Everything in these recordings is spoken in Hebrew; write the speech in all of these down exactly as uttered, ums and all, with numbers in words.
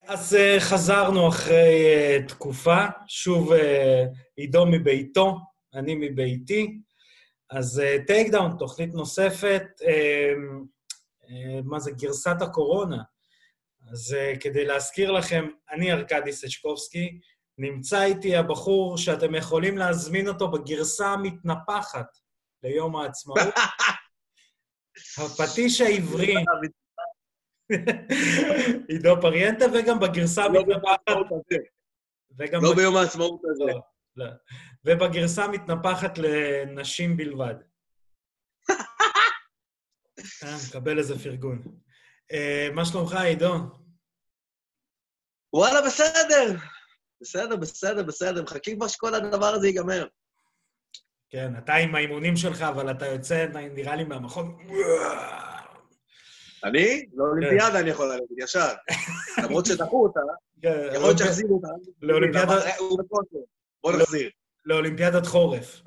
אז uh, חזרנו אחרי uh, תקופה, שוב uh, עידו מביתו, אני מביתי, אז טייק דאון, תוכנית נוספת, uh, uh, מה זה, גרסת הקורונה. אז uh, כדי להזכיר לכם, אני ארקדי סצ'קובסקי, נמצא איתי הבחור שאתם יכולים להזמין אותו בגרסה המתנפחת ליום העצמאות, הפטיש העברי. עידו פריאנטה, וגם בגרסה המתנפחת... לא ביום העצמאות הזה. לא, לא. ובגרסה המתנפחת לנשים בלבד. אה, מקבל איזה פרגון. מה שלומך, עידו? וואלה, בסדר. בסדר, בסדר, בסדר. מחכים כבר שכל הדבר הזה ייגמר. כן, אתה עם האימונים שלך, אבל אתה יוצא, נראה לי, מהמכון... אני? לאולימפיאדה אני יכול ללכת, ישר. למרות שדחו אותה, יכול להיות שהחזירו אותה. לאולימפיאדה... בוא נחזיר. לאולימפיאדת חורף.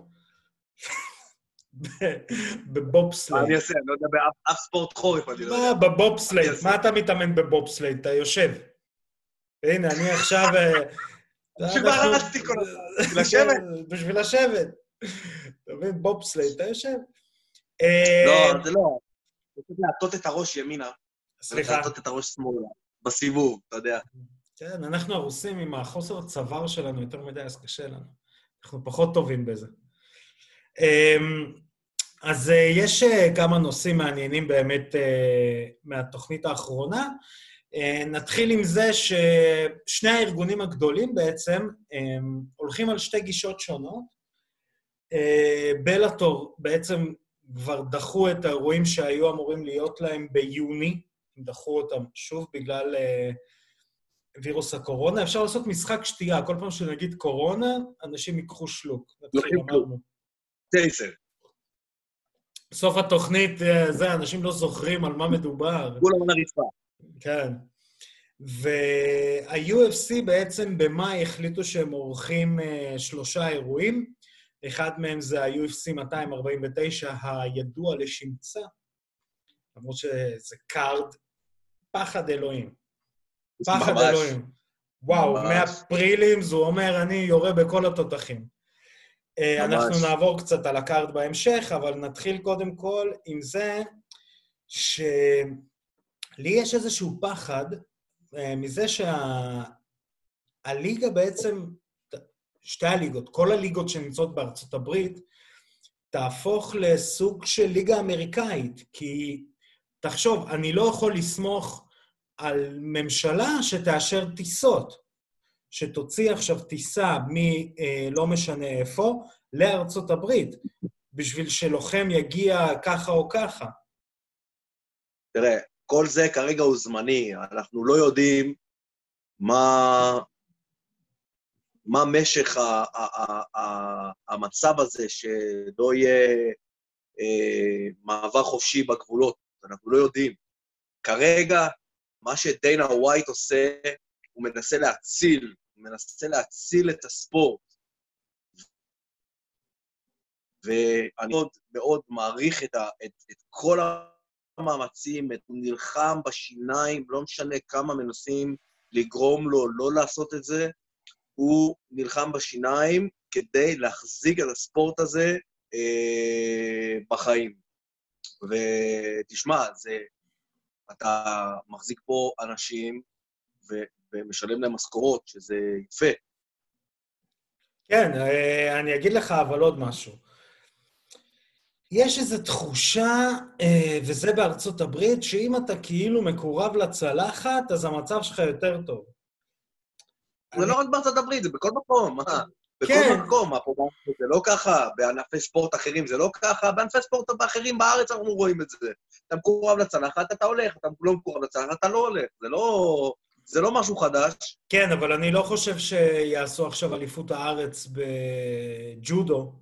בבובסלייד. מה אני אעשה? אני לא יודע באף ספורט חורף, אני לא יודע. בבובסלייד. מה אתה מתאמן בבובסלייד? אתה יושב. הנה, אני עכשיו... בשביל מה רצתי כל הזמן? בשביל לשבת? בשביל לשבת. אתה מבין, בובסלייד, אתה יושב. לא, זה לא. אתה צריך להטות את הראש ימינה. סליחה. להטות את הראש שמאלה. בסיבוב, אתה יודע. כן, אנחנו הרוסים עם החוסר צוואר שלנו יותר מדי, אז קשה לנו. אנחנו פחות טובים בזה. אז יש כמה נושאים מעניינים באמת מהתוכנית האחרונה. נתחיל עם זה ששני הארגונים הגדולים בעצם הולכים על שתי גישות שונות. בלאטור בעצם כבר דחו את האירועים שהיו אמורים להיות להם ביוני, דחו אותם שוב בגלל וירוס הקורונה. אפשר לעשות משחק שתייה, כל פעם שנגיד קורונה, אנשים ייקחו שלוק. לוקחים כלום. טייסר. בסוף התוכנית, זה, אנשים לא זוכרים על מה מדובר. כולם על הרצפה. כן. וה-יו אף סי בעצם במאי החליטו שהם עורכים שלושה אירועים. אחד מהם זה ה-יו אף סי מאתיים ארבעים ותשע, הידוע לשמצה. למרות שזה קארד, פחד אלוהים. פחד ממש. אלוהים. וואו, מהפרילימס הוא אומר, אני יורה בכל התותחים. ממש. אנחנו נעבור קצת על הקארד בהמשך, אבל נתחיל קודם כל עם זה שלי יש איזשהו פחד מזה שהליגה בעצם, שתי הליגות, כל הליגות שנמצאות בארצות הברית, תהפוך לסוג של ליגה אמריקאית, כי תחשוב, אני לא יכול לסמוך על ממשלה שתאשר טיסות, שתוציא עכשיו טיסה מלא משנה איפה, לארצות הברית, בשביל שלוחם יגיע ככה או ככה. תראה, כל זה כרגע הוא זמני, אנחנו לא יודעים מה, מה משך ה, ה, ה, ה, המצב הזה, שלא יהיה אה, מעבר חופשי בגבולות, אנחנו לא יודעים. כרגע, מה שדיינה ווייט עושה, הוא מנסה להציל, הוא מנסה להציל את הספורט. ואני מאוד מאוד מעריך את, ה, את, את כל המאמצים, את, הוא נלחם בשיניים, לא משנה כמה מנסים לגרום לו לא לעשות את זה, הוא נלחם בשיניים כדי להחזיק את הספורט הזה אה, בחיים. ותשמע, זה, אתה מחזיק פה אנשים ו, ומשלם להם משכורות, שזה יפה. כן, אני אגיד לך אבל עוד משהו. יש איזו תחושה, וזה בארצות הברית, שאם אתה כאילו מקורב לצלחת, אז המצב שלך יותר טוב. זה לא רק בארצות הברית, זה בכל מקום, מה? בכל מקום, זה לא ככה, בענפי ספורט אחרים זה לא ככה, בענפי ספורט אחרים בארץ אנחנו רואים את זה. אתה מקורב לצלחת, אתה הולך, אתה לא מקורב לצלחת, אתה לא הולך. זה לא, זה לא משהו חדש. כן, אבל אני לא חושב שיעשו עכשיו אליפות הארץ בג'ודו,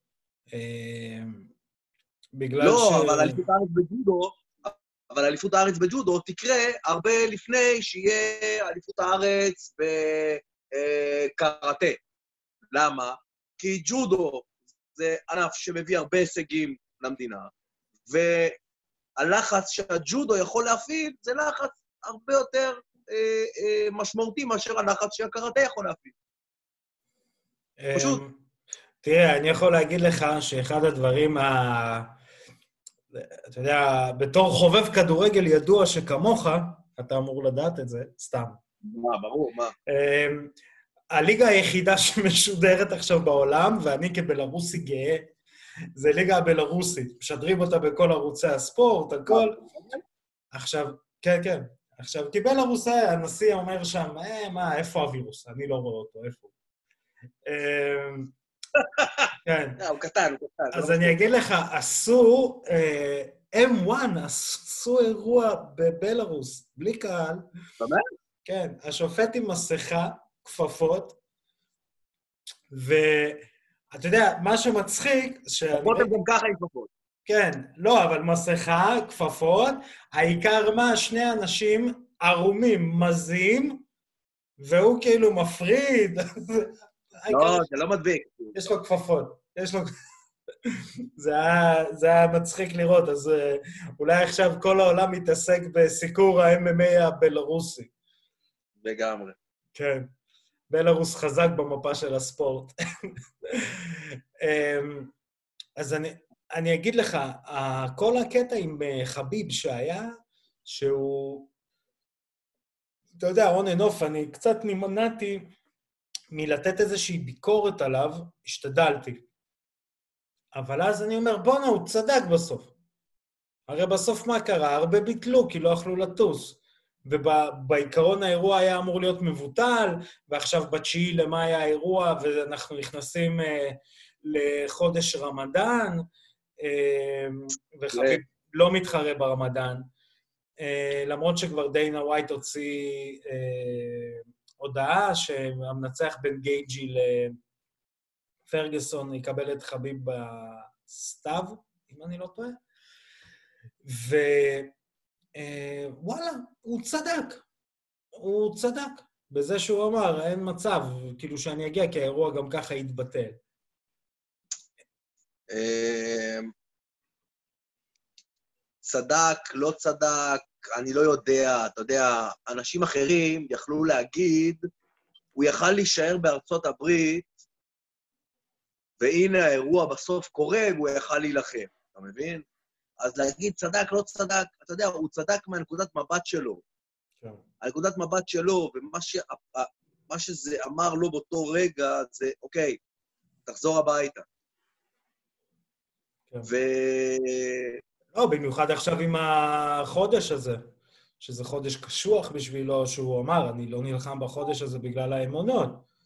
בגלל לא, ש... לא, אבל אליפות הארץ בג'ודו, אבל אליפות הארץ בג'ודו תקרה הרבה לפני שיהיה אליפות הארץ בקראטה. למה? כי ג'ודו זה ענף שמביא הרבה הישגים למדינה, והלחץ שהג'ודו יכול להפעיל זה לחץ הרבה יותר אה, אה, משמעותי מאשר הלחץ שהקראטה יכול להפעיל. פשוט. תראה, אני יכול להגיד לך שאחד הדברים ה... אתה יודע, בתור חובב כדורגל ידוע שכמוך, אתה אמור לדעת את זה, סתם. מה, ברור, מה? הליגה היחידה שמשודרת עכשיו בעולם, ואני כבלרוסי גאה, זה ליגה הבלרוסית. משדרים אותה בכל ערוצי הספורט, הכל. עכשיו, כן, כן. עכשיו, כי בלרוסי, הנשיא אומר שם, אה, מה, איפה הווירוס? אני לא רואה אותו, איפה הוא? כן. הוא קטן, הוא קטן. אז אני אגיד לך, עשו, אם וואן עשו אירוע בבלרוס, בלי קהל. באמת? כן, השופט עם מסכה, כפפות, ואתה יודע, מה שמצחיק, כפפות הם גם ככה עם כפפות. כן, לא, אבל מסכה, כפפות, העיקר מה, שני אנשים ערומים, מזים, והוא כאילו מפריד. לא, זה לא מדביק. יש לו כפפות, יש לו... זה היה, זה היה מצחיק לראות, אז אולי עכשיו כל העולם מתעסק בסיקור ה-אם אם איי הבלרוסי. לגמרי. כן, בלרוס חזק במפה של הספורט. אז אני, אני אגיד לך, כל הקטע עם חביב שהיה, שהוא, אתה יודע, on and off, אני קצת נמנעתי מלתת איזושהי ביקורת עליו, השתדלתי. אבל אז אני אומר, בונה, הוא צדק בסוף. הרי בסוף מה קרה? הרבה ביטלו, כי לא יכלו לטוס. ובעיקרון האירוע היה אמור להיות מבוטל, ועכשיו בתשיעי למאי האירוע, ואנחנו נכנסים אה, לחודש רמדאן, אה, וחביב לא מתחרה ברמדאן, אה, למרות שכבר דיינה ווייט הוציא אה, הודעה שהמנצח בין גייג'י לפרגוסון יקבל את חביב בסתיו, אם אני לא טועה, ו... Uh, וואלה, הוא צדק. הוא צדק. בזה שהוא אמר, אין מצב, כאילו שאני אגיע, כי האירוע גם ככה יתבטל. צדק, לא צדק, אני לא יודע, אתה יודע, אנשים אחרים יכלו להגיד, הוא יכל להישאר בארצות הברית, והנה האירוע בסוף קורה, והוא יכל להילחם, אתה מבין? אז להגיד צדק, לא צדק, אתה יודע, הוא צדק מהנקודת מבט שלו. כן. הנקודת מבט שלו, ומה ש... מה שזה אמר לו באותו רגע, זה, אוקיי, תחזור הביתה. כן. ו... לא, במיוחד עכשיו עם החודש הזה, שזה חודש קשוח בשבילו, שהוא אמר, אני לא נלחם בחודש הזה בגלל האמונות.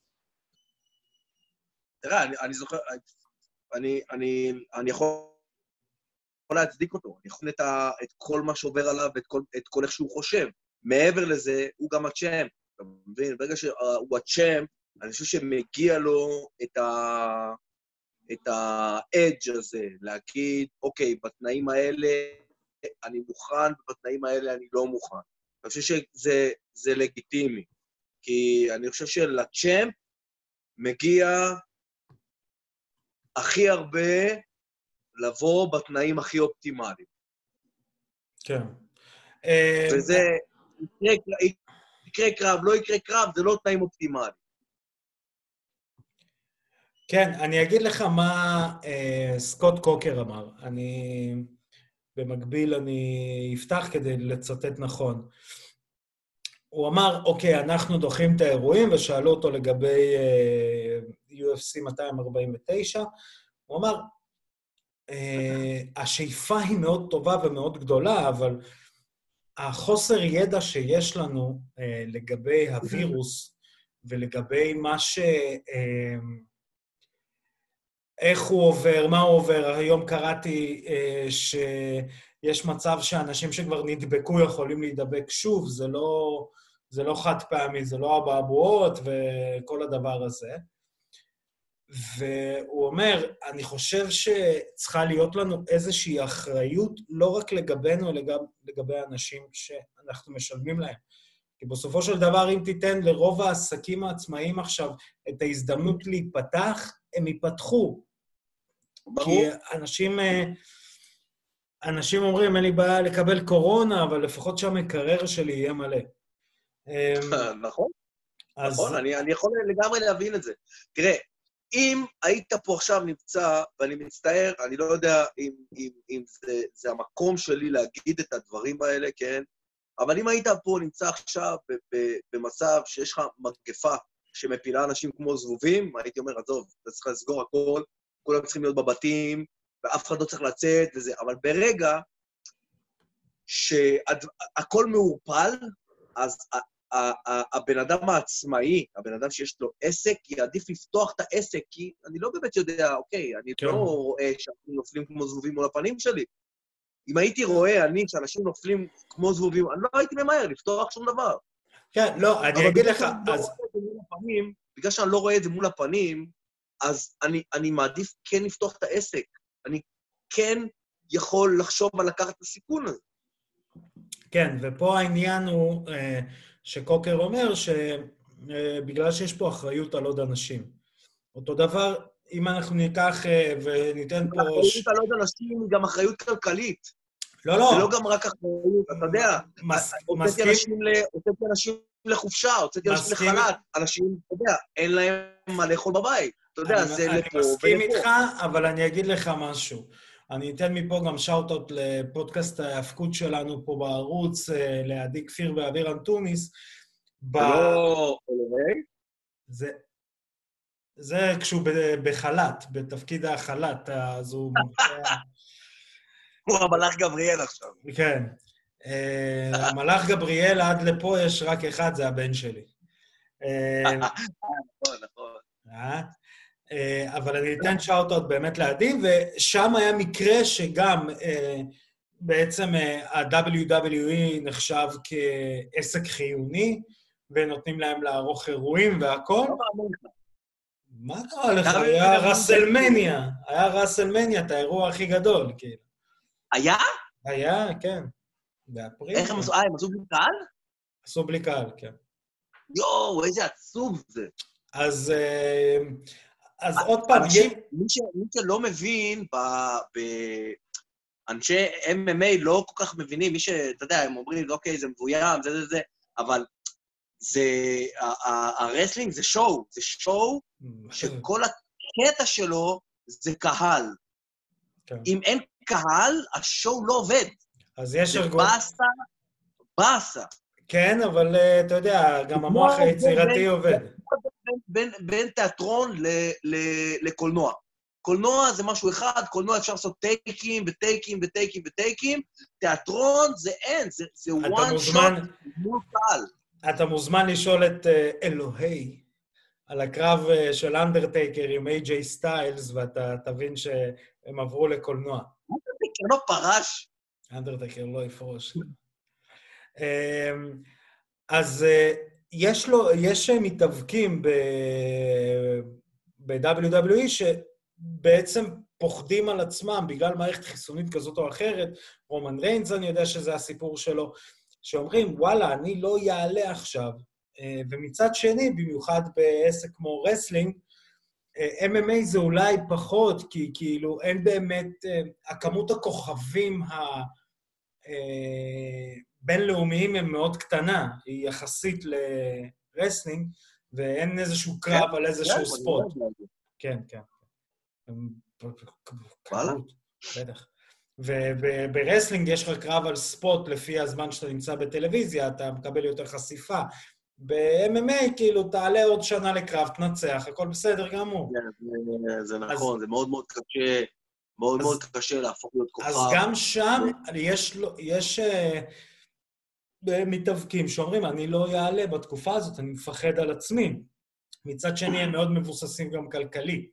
תראה, אני, אני זוכר, אני, אני, אני יכול... יכול להצדיק אותו, אני יכול את, ה, את כל מה שעובר עליו, את כל, את כל איך שהוא חושב. מעבר לזה, הוא גם הצ'אמפ, אתה מבין? ברגע שהוא הצ'אמפ, אני חושב שמגיע לו את ה... את האדג' הזה, להגיד, אוקיי, בתנאים האלה אני מוכן, ובתנאים האלה אני לא מוכן. אני חושב שזה זה לגיטימי, כי אני חושב שלצ'אמפ מגיע הכי הרבה לבוא בתנאים הכי אופטימליים. כן. וזה, יקרה, יקרה קרב, לא יקרה קרב, זה לא תנאים אופטימליים. כן, אני אגיד לך מה אה, סקוט קוקר אמר. אני, במקביל אני אפתח כדי לצטט נכון. הוא אמר, אוקיי, אנחנו דוחים את האירועים, ושאלו אותו לגבי אה, יו אף סי מאתיים ארבעים ותשע. הוא אמר, אה, השאיפה היא מאוד טובה ומאוד גדולה, אבל החוסר ידע שיש לנו אה, לגבי הווירוס, ולגבי מה ש... אה, איך הוא עובר, מה הוא עובר. היום קראתי אה, שיש מצב שאנשים שכבר נדבקו יכולים להידבק שוב, זה לא, זה לא חד פעמי, זה לא אבעבועות וכל הדבר הזה. והוא אומר, אני חושב שצריכה להיות לנו איזושהי אחריות, לא רק לגבינו, אלא גם לגבי האנשים שאנחנו משלמים להם. כי בסופו של דבר, אם תיתן לרוב העסקים העצמאיים עכשיו את ההזדמנות להיפתח, הם ייפתחו. ברור. כי אנשים, אנשים אומרים, אין לי בעיה לקבל קורונה, אבל לפחות שהמקרר שלי יהיה מלא. נכון, נכון, אני יכול לגמרי להבין את זה. תראה, אם היית פה עכשיו נמצא, ואני מצטער, אני לא יודע אם זה המקום שלי להגיד את הדברים האלה, כן? אבל אם היית פה נמצא עכשיו במצב שיש לך מגפה שמפילה אנשים כמו זבובים, הייתי אומר, עזוב, אתה צריך לסגור הכל, כולם צריכים להיות בבתים, ואף אחד לא צריך לצאת וזה, אבל ברגע שהכל מעורפל, אז הבן אדם העצמאי, הבן אדם שיש לו עסק, יעדיף לפתוח את העסק, כי אני לא באמת יודע, אוקיי, אני לא רואה שאנשים נופלים כמו זבובים מול הפנים שלי. אם הייתי רואה, אני, שאנשים נופלים כמו זבובים, אני לא הייתי ממהר לפתוח שום דבר. כן, לא, אני אגיד לך, אז... בגלל שאני לא רואה את זה מול הפנים, אז אני, אני מעדיף כן לפתוח את העסק. אני כן יכול לחשוב על לקחת את הסיכון הזה. כן, ופה העניין הוא שקוקר אומר שבגלל שיש פה אחריות על עוד אנשים. אותו דבר, אם אנחנו ניקח וניתן פה... אחריות על עוד אנשים היא גם אחריות כלכלית. לא, לא. זה לא גם רק אחריות, אתה יודע. הוצאתי אנשים לחופשה, הוצאתי אנשים לחל"ת, אנשים, אתה יודע, אין להם מה לאכול בבית. אתה יודע, זה לפה ולפה. אני מסכים איתך, אבל אני אגיד לך משהו. אני אתן מפה גם שאוטות לפודקאסט ההפקות שלנו פה בערוץ, לעדי כפיר ואוויר אנטוניס. זה לא... זה... זה כשהוא בחל"ת, בתפקיד החל"ת, אז הוא... הוא המלאך גבריאל עכשיו. כן. המלאך גבריאל עד לפה יש רק אחד, זה הבן שלי. נכון, נכון. אבל אני אתן שאוטות באמת לעדי, ושם היה מקרה שגם בעצם ה-דאבליו דאבליו אי נחשב כעסק חיוני, ונותנים להם לערוך אירועים והכל. מה קרה לך? היה רסלמניה. היה רסלמניה, את האירוע הכי גדול, כאילו. היה? היה, כן. באפריל. איך הם עשו? אה, הם עשו בלי קהל? עשו בלי קהל, כן. יואו, איזה עצוב זה. אז... אז עוד פעם... מי שלא מבין, אנשי אם אם איי לא כל כך מבינים, מי שאתה יודע, הם אומרים, אוקיי, זה מבוים, זה זה זה, אבל זה, הרסלינג זה שואו, זה שואו שכל הקטע שלו זה קהל. אם אין קהל, השואו לא עובד. אז יש ארגון... זה באסה, באסה. כן, אבל אתה יודע, גם המוח היצירתי עובד. בין תיאטרון לקולנוע. קולנוע זה משהו אחד, קולנוע אפשר לעשות טייקים וטייקים וטייקים וטייקים, תיאטרון זה אין, זה one shot מול קהל. אתה מוזמן לשאול את אלוהי על הקרב של אנדרטייקר עם איי ג'יי סטיילס, ואתה תבין שהם עברו לקולנוע. אנדרטייקר לא פרש. אנדרטייקר לא יפרוש. אז יש לו, יש מתאבקים ב-דאבליו דאבליו אי שבעצם פוחדים על עצמם בגלל מערכת חיסונית כזאת או אחרת. רומן ריינס, אני יודע שזה הסיפור שלו, שאומרים, וואלה, אני לא יעלה עכשיו. ומצד שני, במיוחד בעסק כמו רסלינג, אם אם איי זה אולי פחות, כי כאילו אין באמת, הכמות הכוכבים הבינלאומיים הם מאוד קטנה, היא יחסית לרסלינג, ואין איזשהו קרב על איזשהו ספורט. כן, כן. וואלה? בטח. וברסלינג יש לך קרב על ספוט לפי הזמן שאתה נמצא בטלוויזיה, אתה מקבל יותר חשיפה. ב-אם אם איי, כאילו, תעלה עוד שנה לקרב, תנצח, הכל בסדר גמור. זה נכון, זה מאוד מאוד קשה, מאוד מאוד קשה להפוך להיות כוכב. אז גם שם יש מתאבקים שאומרים, אני לא יעלה בתקופה הזאת, אני מפחד על עצמי. מצד שני, הם מאוד מבוססים גם כלכלי.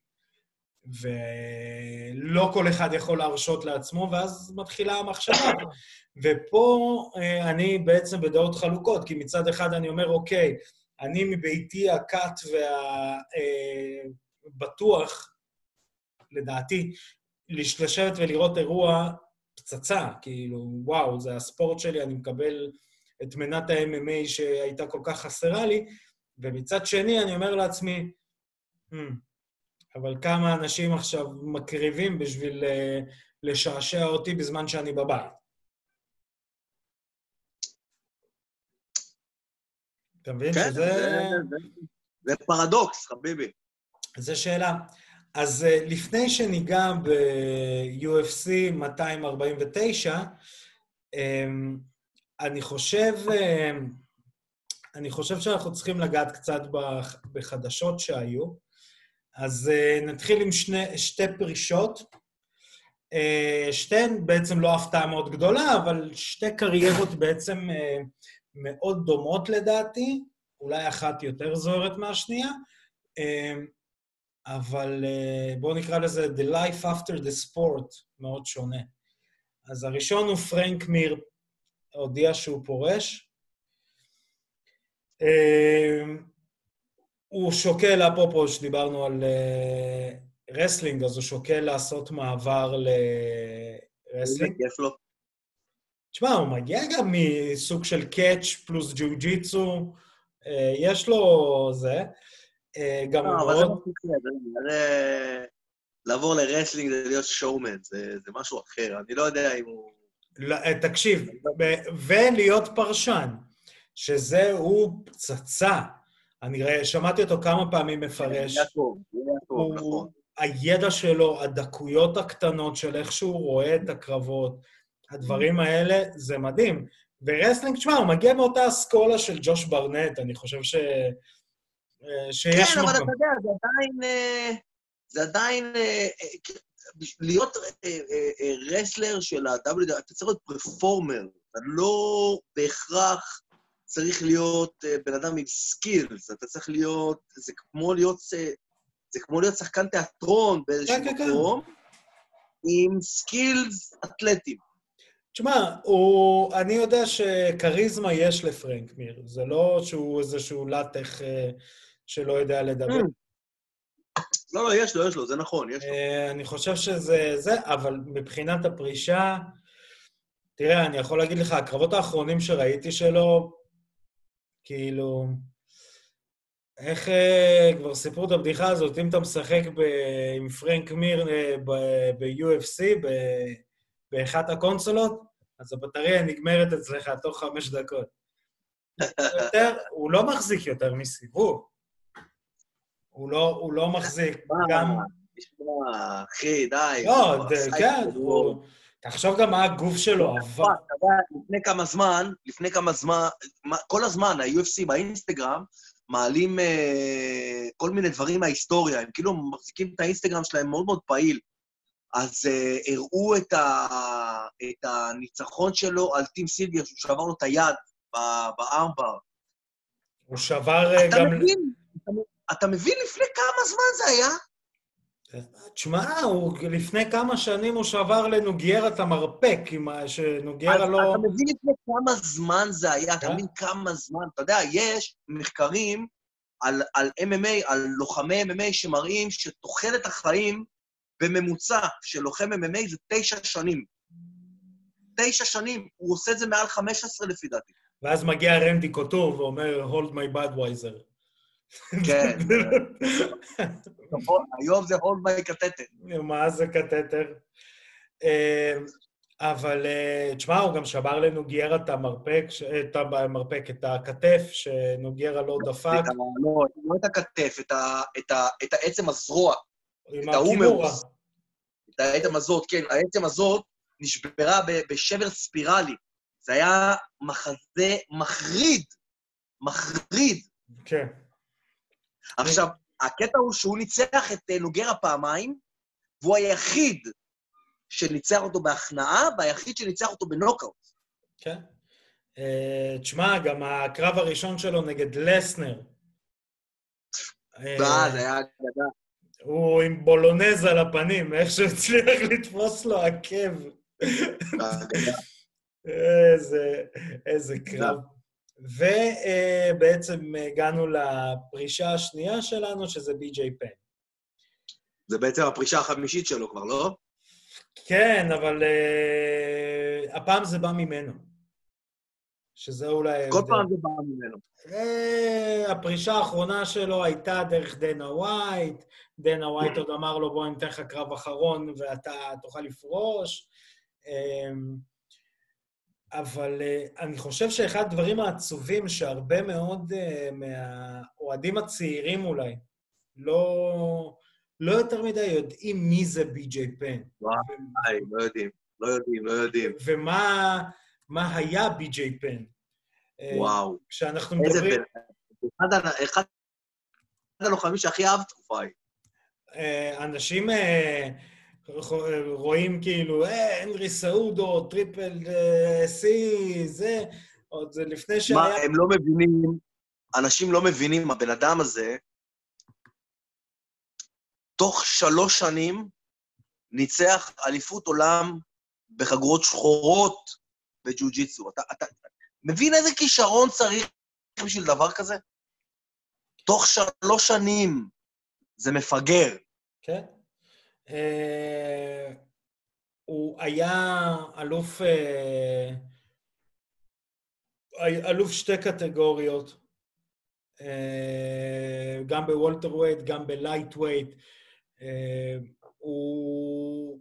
ולא כל אחד יכול להרשות לעצמו, ואז מתחילה המחשבה. ופה אני בעצם בדעות חלוקות, כי מצד אחד אני אומר, אוקיי, אני מביתי הקאט והבטוח, לדעתי, לשבת ולראות אירוע פצצה, כאילו, וואו, זה הספורט שלי, אני מקבל את מנת ה-אם אם איי שהייתה כל כך חסרה לי, ומצד שני אני אומר לעצמי, hmm, אבל כמה אנשים עכשיו מקריבים בשביל לשעשע אותי בזמן שאני בבית. אתה מבין כן, שזה... זה, זה, זה פרדוקס, חביבי. זו שאלה. אז uh, לפני שניגע ב-יו אף סי מאתיים ארבעים ותשע, um, אני חושב, um, אני חושב שאנחנו צריכים לגעת קצת בחדשות שהיו. אז uh, נתחיל עם שני, שתי פרישות. Uh, שתיהן בעצם לא הפתעה מאוד גדולה, אבל שתי קריירות בעצם uh, מאוד דומות לדעתי, אולי אחת יותר זוהרת מהשנייה, uh, אבל uh, בואו נקרא לזה The Life After the Sport, מאוד שונה. אז הראשון הוא פרנק מיר, הודיע שהוא פורש. Uh, הוא שוקל, אפרופו שדיברנו על uh, רסלינג, אז הוא שוקל לעשות מעבר לרסלינג. כיף לו. תשמע, הוא מגיע גם מסוג של קאץ' פלוס ג'יו-ג'יצו, uh, יש לו זה. Uh, גם לא, הוא אבל זה מאוד... זה... לעבור לרסלינג זה להיות שואומן, זה, זה משהו אחר. אני לא יודע אם הוא... לא, תקשיב, ולהיות פרשן, שזה הוא פצצה. אני ראה, שמעתי אותו כמה פעמים מפרש. זה היה טוב, זה היה טוב, נכון. הידע שלו, הדקויות הקטנות של איך שהוא רואה את הקרבות, הדברים האלה, זה מדהים. ורסלינג, תשמע, הוא מגיע מאותה אסכולה של ג'וש ברנט, אני חושב ש... שיש כן, אבל מקום. אתה יודע, זה עדיין... זה עדיין... להיות רסלר של ה-דאבליו דאבליו, אתה צריך להיות פרפורמר, אתה לא בהכרח צריך להיות בן אדם עם סקילס, אתה צריך להיות... זה כמו להיות... זה כמו להיות שחקן תיאטרון באיזשהו מקום, עם סקילס אתלטיים. תשמע, הוא... אני יודע שקריזמה יש לפרנק מיר, זה לא שהוא איזשהו לטח שלא יודע לדבר. לא, לא, יש לו, יש לו, זה נכון, יש לו. אני חושב שזה זה, אבל מבחינת הפרישה, תראה, אני יכול להגיד לך, הקרבות האחרונים שראיתי שלו, כאילו, איך כבר סיפרו את הבדיחה הזאת, אם אתה משחק עם פרנק מיר ב-יו אף סי, באחת הקונסולות, אז הבטריה נגמרת אצלך תוך חמש דקות. יותר, הוא לא מחזיק יותר מסיבוב. הוא לא, הוא לא מחזיק גם... נשמע, אחי, די. לא, כן, הוא... תחשוב גם מה הגוף שלו עבר. אתה יודע, לפני כמה זמן, לפני כמה זמן, כל הזמן, ה-יו אף סי באינסטגרם, מעלים כל מיני דברים מההיסטוריה, הם כאילו מחזיקים את האינסטגרם שלהם מאוד מאוד פעיל. אז הראו את הניצחון שלו על טים סילגר, שהוא שבר לו את היד בארמבר. הוא שבר גם... אתה מבין? אתה מבין לפני כמה זמן זה היה? תשמע, לפני כמה שנים הוא שבר לנוגיירה את המרפק, שנוגיירה לא... אתה מבין לפני כמה זמן זה היה? אתה מבין כמה זמן? אתה יודע, יש מחקרים על אם אם איי, על לוחמי אם אם איי שמראים שתוחלת החיים בממוצע של לוחם אם אם איי זה תשע שנים. תשע שנים, הוא עושה את זה מעל חמש עשרה לפי דעתי. ואז מגיע רנדי קוטור ואומר, hold my Budweiser. כן. היום זה hold my קטטר. מה זה קטטר? אבל, תשמע, הוא גם שבר לנוגיירה את המרפק, את המרפק, את הכתף, שנוגיירה לא דפק. לא, לא את הכתף, את העצם הזרוע. את ההומרוס. את העצם הזאת, כן, העצם הזאת נשברה בשבר ספירלי. זה היה מחזה מחריד. מחריד. כן. עכשיו, הקטע הוא שהוא ניצח את נוגיירה פעמיים, והוא היחיד שניצח אותו בהכנעה, והיחיד שניצח אותו בנוקאוט. כן. תשמע, גם הקרב הראשון שלו נגד לסנר. ואה, זה היה אגדה. הוא עם בולונז על הפנים, איך שהוא הצליח לתפוס לו עקב. איזה, איזה קרב. ובעצם הגענו לפרישה השנייה שלנו, שזה בי-ג'יי פן. זה בעצם הפרישה החמישית שלו כבר, לא? כן, אבל uh, הפעם זה בא ממנו. שזה אולי... כל פעם זה בא ממנו. Uh, הפרישה האחרונה שלו הייתה דרך דנה ווייט, דנה ווייט עוד אמר לו, בוא נתן לך קרב אחרון ואתה תוכל לפרוש. Uh, אבל uh, אני חושב שאחד הדברים העצובים שהרבה מאוד uh, מהאוהדים הצעירים אולי, לא, לא יותר מדי יודעים מי זה בי.ג'יי פן. וואי, לא יודעים, לא יודעים, לא יודעים. ומה מה היה בי.ג'יי פן. וואו. כשאנחנו איזה מדברים... בן... אחד, אחד הלוחמים שהכי אהב תקופה היא. אנשים רואים כאילו, אה, הנרי סעודו, טריפל סי, זה, עוד זה לפני שהיה... מה, הם לא מבינים, אנשים לא מבינים, הבן אדם הזה, תוך שלוש שנים ניצח אליפות עולם בחגורות שחורות בג'ו-ג'יצו. אתה, אתה מבין איזה כישרון צריך בשביל דבר כזה? תוך שלוש שנים זה מפגר. כן. אה, הוא היה אלוף, אה, אלוף שתי קטגוריות, אה, גם בוולטר ווייט, גם בלייט ווייט. אה, הוא...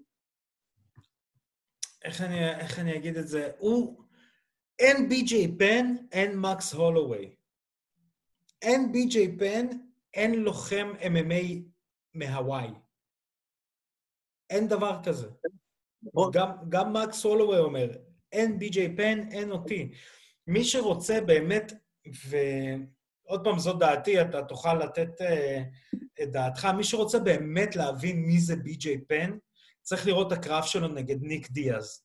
איך אני, איך אני אגיד את זה? הוא... אין בי.ג'יי פן, אין מקס הולווי. אין בי.ג'יי פן, אין לוחם אם אם איי מהוואי. אין דבר כזה. גם, גם מקס הולווי אומר, אין בי.ג'יי פן, אין אותי. מי שרוצה באמת, ועוד פעם זו דעתי, אתה תוכל לתת uh, את דעתך, מי שרוצה באמת להבין מי זה בי.ג'יי פן, צריך לראות את הקרב שלו נגד ניק דיאז.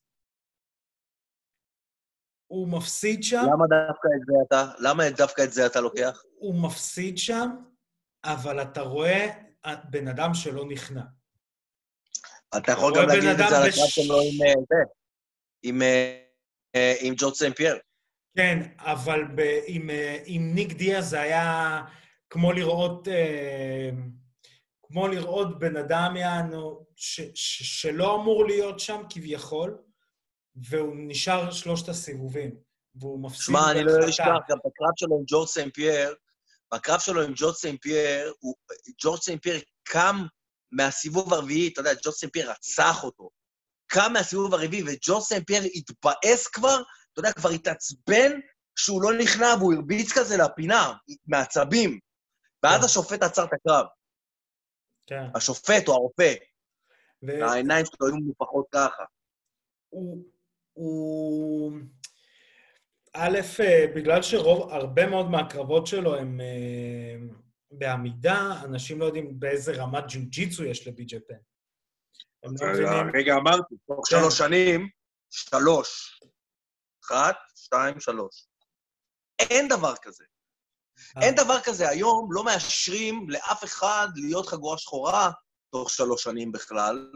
הוא מפסיד שם. למה דווקא את זה אתה? למה דווקא את זה אתה לוקח? הוא מפסיד שם, אבל אתה רואה בן אדם שלא נכנע. אתה יכול גם להגיד את זה על הקרב שלו עם זה, עם, עם ג'ורג' סנט פייר. כן, אבל ב, עם, עם ניק דיאז זה היה כמו לראות, כמו לראות בן אדם יענו, ש, ש, שלא אמור להיות שם כביכול, והוא נשאר שלושת הסיבובים, והוא מפסיד בהחלטה. שמע, אני לא אשכח, גם בקרב שלו עם ג'ורג' סנט פייר, בקרב שלו עם ג'ורג' סנט פייר, ג'ורג' סנט פייר קם מהסיבוב הרביעי, אתה יודע, ג'ורג' סנט פייר רצח אותו, קם מהסיבוב הרביעי, וג'ורג' סנט פייר התבאס כבר, אתה יודע, כבר התעצבן שהוא לא נכנע, והוא הרביץ כזה לפינה, מעצבים, ואז השופט עצר את הקרב. כן. השופט או הרופא, והעיניים שלו היו מופחות ככה. הוא... הוא... א', בגלל שרוב, הרבה מאוד מהקרבות שלו הם בעמידה, אנשים לא יודעים באיזה רמת ג'ו-ג'יצו יש לבי.ג'יי פן. רגע, אמרתי, תוך שלוש שנים, שלוש. אחת, שתיים, שלוש. אין דבר כזה. אין דבר כזה. היום לא מאשרים לאף אחד להיות חגורה שחורה תוך שלוש שנים בכלל,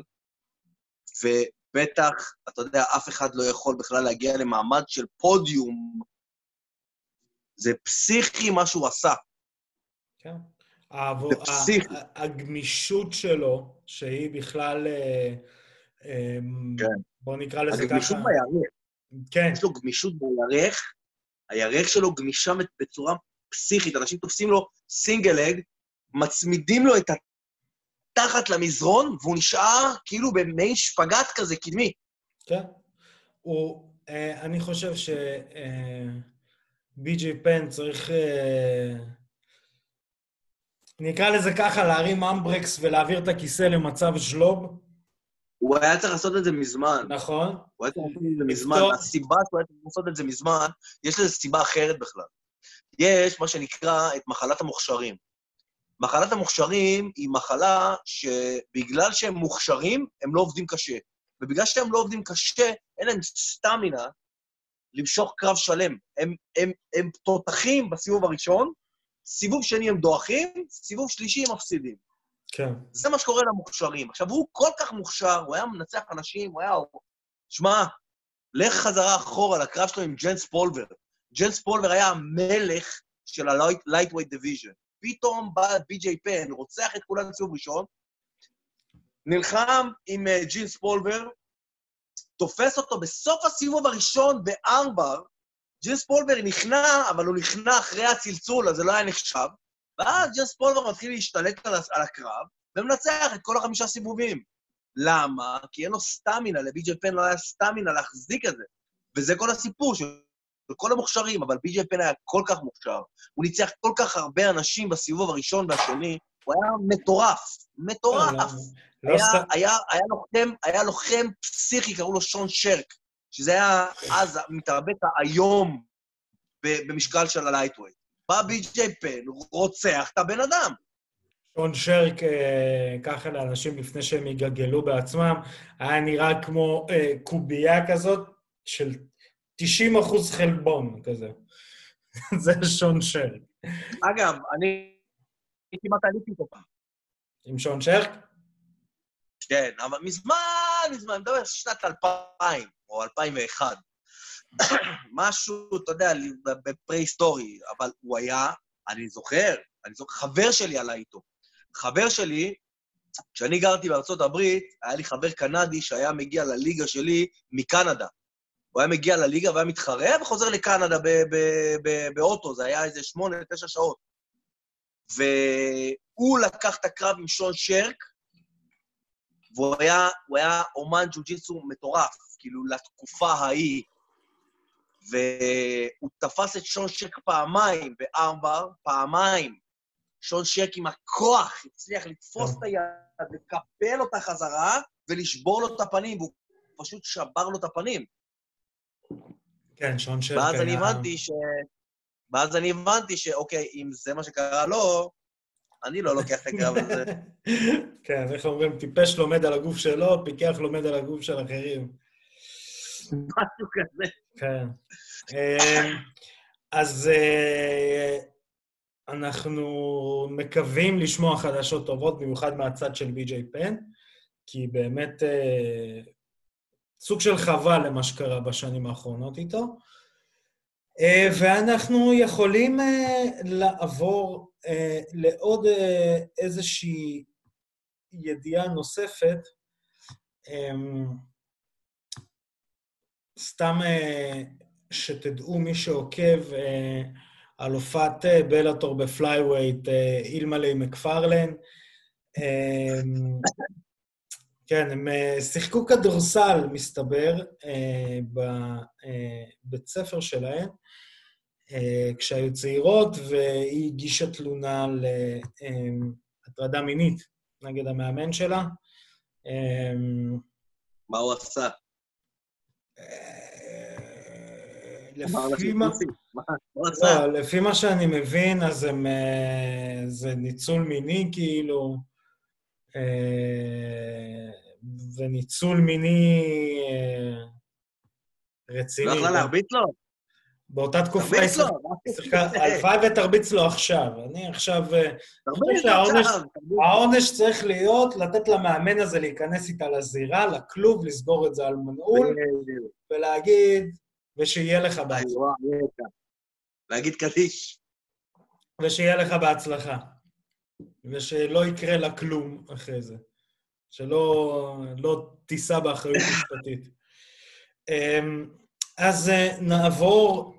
ובטח, אתה יודע, אף אחד לא יכול בכלל להגיע למעמד של פודיום. זה פסיכי מה שהוא עשה. כן. זה פסיכי. הגמישות שלו, שהיא בכלל, בוא נקרא לזה ככה... הגמישות בירך. כן. יש לו גמישות בירך, הירך שלו גמישה בצורה פסיכית, אנשים תופסים לו סינגל אג, מצמידים לו את התחת למזרון, והוא נשאר כאילו במעין שפגת כזה קדמי. כן. הוא, אני חושב ש... בי.ג'יי פן צריך... נקרא לזה ככה, להרים אמברקס ולהעביר את הכיסא למצב שלוב. הוא היה צריך לעשות את זה מזמן. נכון. הוא היה צריך לעשות את זה מזמן. הסיבה שהוא היה צריך לעשות את זה מזמן, יש לזה סיבה אחרת בכלל. יש מה שנקרא את מחלת המוכשרים. מחלת המוכשרים היא מחלה שבגלל שהם מוכשרים, הם לא עובדים קשה. ובגלל שהם לא עובדים קשה, אין להם סטמינה למשוך קרב שלם. הם, הם, הם תותחים בסיבוב הראשון, סיבוב שני הם דועכים, סיבוב שלישי הם מפסידים. כן. זה מה שקורה למוכשרים. עכשיו, הוא כל כך מוכשר, הוא היה מנצח אנשים, הוא היה... שמע, לך חזרה אחורה לקרב שלו עם ג'נס פולבר. ג'נס פולבר היה המלך של ה-Lightweight Division. פתאום בא בי.ג'יי פן, רוצח את כולם בסיבוב ראשון, נלחם עם ג'נס פולבר, תופס אותו בסוף הסיבוב הראשון בארמבר, ג'נס פולבר נכנע, אבל הוא נכנע אחרי הצלצול, אז זה לא היה נחשב, ואז ג'נס פולבר מתחיל להשתלט על הקרב, ומנצח את כל החמישה סיבובים. למה? כי אין לו סטמינה, לבי.ג'יי פן לא היה סטמינה להחזיק את זה. וזה כל הסיפור של כל המוכשרים, אבל בי.ג'יי פן היה כל כך מוכשר, הוא ניצח כל כך הרבה אנשים בסיבוב הראשון והשני, הוא היה מטורף, מטורף. היה, היה, היה לוחם, היה לוחם פסיכי, קראו לו שון שרק, שזה היה אז מתאבק היום במשקל של הלייטווייט. בא בי.ג'יי פן, רוצח את הבן אדם. שון שרק, ככה לאנשים לפני שהם יגגלו בעצמם, היה נראה כמו קובייה כזאת של תשעים אחוז חלבון כזה. זה שון שרק. אגב, אני כמעט עליתי אותו פעם. עם שון שרק? כן, אבל מזמן, מזמן, אני מדבר שנת אלפיים או אלפיים ואחת. משהו, אתה יודע, בפרה-היסטורי, אבל הוא היה, אני זוכר, אני זוכר, חבר שלי עלה איתו. חבר שלי, כשאני גרתי בארצות הברית, היה לי חבר קנדי שהיה מגיע לליגה שלי מקנדה. הוא היה מגיע לליגה והיה מתחרה וחוזר לקנדה באוטו, זה היה איזה שמונה, תשע שעות. והוא לקח את הקרב עם שון שרק, והוא היה, הוא היה אומן ג'ו-ג'יטסו מטורף, כאילו לתקופה ההיא. והוא תפס את שון שרק פעמיים בארמבר, פעמיים. שון שרק עם הכוח הצליח לתפוס את היד, לקפל אותה חזרה ולשבור לו את הפנים, והוא פשוט שבר לו את הפנים. כן, שון שרק ואז אני הבנתי ש... ואז אני הבנתי שאוקיי, אם זה מה שקרה לו, אני לא לוקח את הקרב הזה. כן, איך אומרים, טיפש לומד על הגוף שלו, פיקח לומד על הגוף של אחרים. משהו כזה. כן. אז אנחנו מקווים לשמוע חדשות טובות, במיוחד מהצד של בי.ג'יי פן, כי באמת סוג של חבל למה שקרה בשנים האחרונות איתו. ואנחנו יכולים לעבור לעוד איזושהי ידיעה נוספת, סתם שתדעו מי שעוקב על הופעת בלאטור בפלייווייט, אילמלי מקפרלן. כן, הם שיחקו כדורסל, מסתבר, בבית ספר שלהם, כשהיו צעירות, והיא הגישה תלונה להטרדה מינית נגד המאמן שלה. מה הוא עשה? לפי מה שאני מבין, אז זה ניצול מיני, כאילו, וניצול מיני רציני. לא יכלה להרביץ לו? באותה תקופה היא שיחקה, הלוואי ותרביץ לו עכשיו. אני עכשיו... אני חושב שהעונש צריך להיות לתת למאמן הזה להיכנס איתה לזירה, לכלוב, לסגור את זה על מנעול, ולהגיד, ושיהיה לך בהצלחה. להגיד קדיש. ושיהיה לך בהצלחה. ושלא יקרה לה כלום אחרי זה. שלא לא תיסע באחריות משפטית. אז נעבור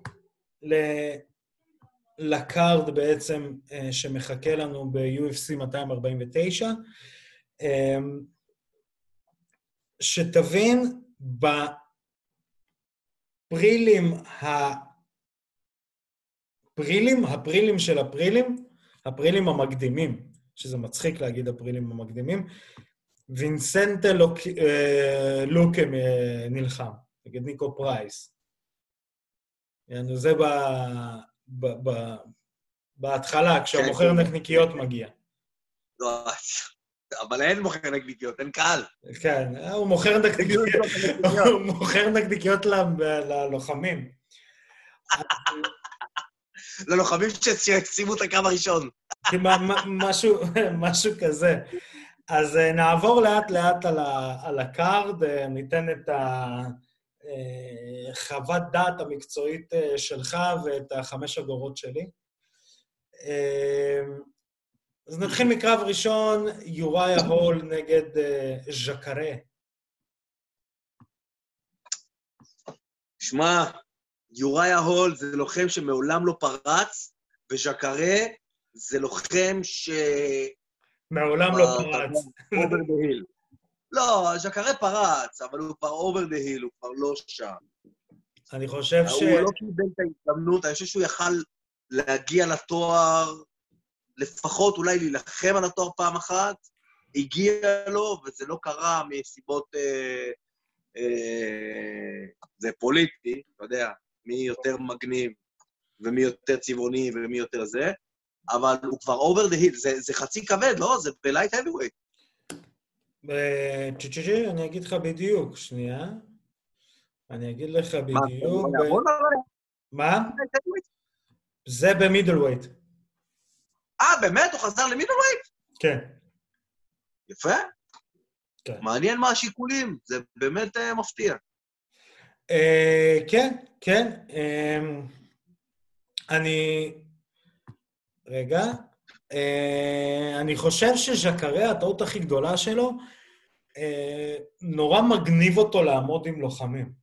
לקארד בעצם שמחכה לנו ב-יו אף סי מאתיים ארבעים ותשע, שתבין בפרילים, הפרילים, הפרילים של הפרילים, הפרילים המקדימים, שזה מצחיק להגיד הפרילים המקדימים, וינסנטה לוק, לוקה נלחם, נגד ניקו פרייס. יענו, זה ב, ב, ב, בהתחלה, כשהמוכר נקניקיות מגיע. לא, אבל אין מוכר נקניקיות, אין קהל. כן, הוא מוכר נקניקיות, הוא מוכר נקניקיות ללוחמים. ללוחמים שסיימו את הקרב הראשון. משהו כזה. אז נעבור לאט לאט על הקארד, ניתן את החוות דעת המקצועית שלך ואת החמש אגורות שלי. אז נתחיל מקרב ראשון, יוריה הול נגד ז'קרה. שמע, יוריה הול זה לוחם שמעולם לא פרץ, וז'קרה זה לוחם ש... מעולם לא פרץ. אובר דה היל. לא, ז'קרה פרץ, אבל הוא כבר אובר דה היל, הוא כבר לא שם. אני חושב ש... הוא לא קיבל את ההזדמנות, אני חושב שהוא יכל להגיע לתואר, לפחות אולי להילחם על התואר פעם אחת, הגיע לו, וזה לא קרה מסיבות... אה, אה, זה פוליטי, אתה יודע, מי יותר מגניב, ומי יותר צבעוני, ומי יותר זה, אבל הוא כבר over the hill, זה, זה חצי כבד, לא? זה בלייט heavyweight. צ'צ'צ'י, אני אגיד לך בדיוק, שנייה. אני אגיד לך מה, בדיוק... זה המון עליו? מה? זה במידלווייט. אה, באמת? הוא חזר למידלווייט? כן. יפה. כן. מעניין מה השיקולים, זה באמת uh, מפתיע. Uh, כן, כן. Um, אני... רגע. Uh, אני חושב שז'קרה, הטעות הכי גדולה שלו, uh, נורא מגניב אותו לעמוד עם לוחמים.